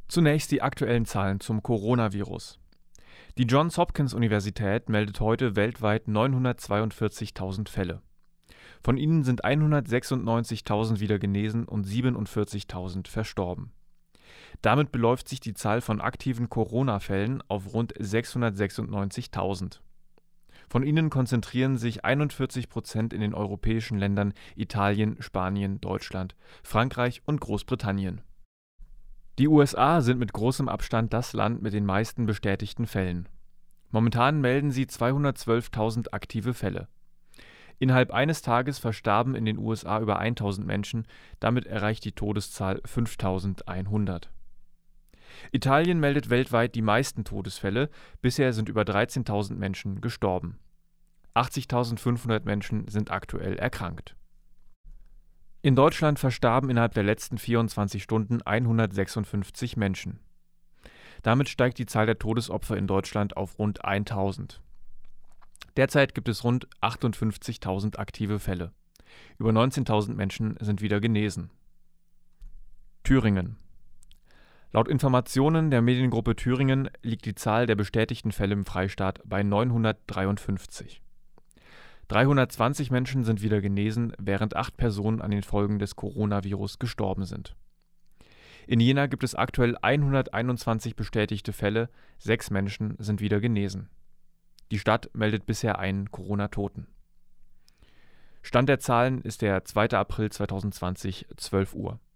Zunächst die aktuellen Zahlen zum Coronavirus. Die Johns Hopkins Universität meldet heute weltweit 942.000 Fälle. Von ihnen sind 196.000 wieder genesen und 47.000 verstorben. Damit beläuft sich die Zahl von aktiven Corona-Fällen auf rund 696.000. Von ihnen konzentrieren sich 41% in den europäischen Ländern Italien, Spanien, Deutschland, Frankreich und Großbritannien. Die USA sind mit großem Abstand das Land mit den meisten bestätigten Fällen. Momentan melden sie 212.000 aktive Fälle. Innerhalb eines Tages verstarben in den USA über 1.000 Menschen, damit erreicht die Todeszahl 5.100. Italien meldet weltweit die meisten Todesfälle, bisher sind über 13.000 Menschen gestorben. 80.500 Menschen sind aktuell erkrankt. In Deutschland verstarben innerhalb der letzten 24 Stunden 156 Menschen. Damit steigt die Zahl der Todesopfer in Deutschland auf rund 1.000. Derzeit gibt es rund 58.000 aktive Fälle. Über 19.000 Menschen sind wieder genesen. Thüringen. Laut Informationen der Mediengruppe Thüringen liegt die Zahl der bestätigten Fälle im Freistaat bei 953. 320 Menschen sind wieder genesen, während 8 Personen an den Folgen des Coronavirus gestorben sind. In Jena gibt es aktuell 121 bestätigte Fälle, 6 Menschen sind wieder genesen. Die Stadt meldet bisher einen Corona-Toten. Stand der Zahlen ist der 2. April 2020, 12 Uhr.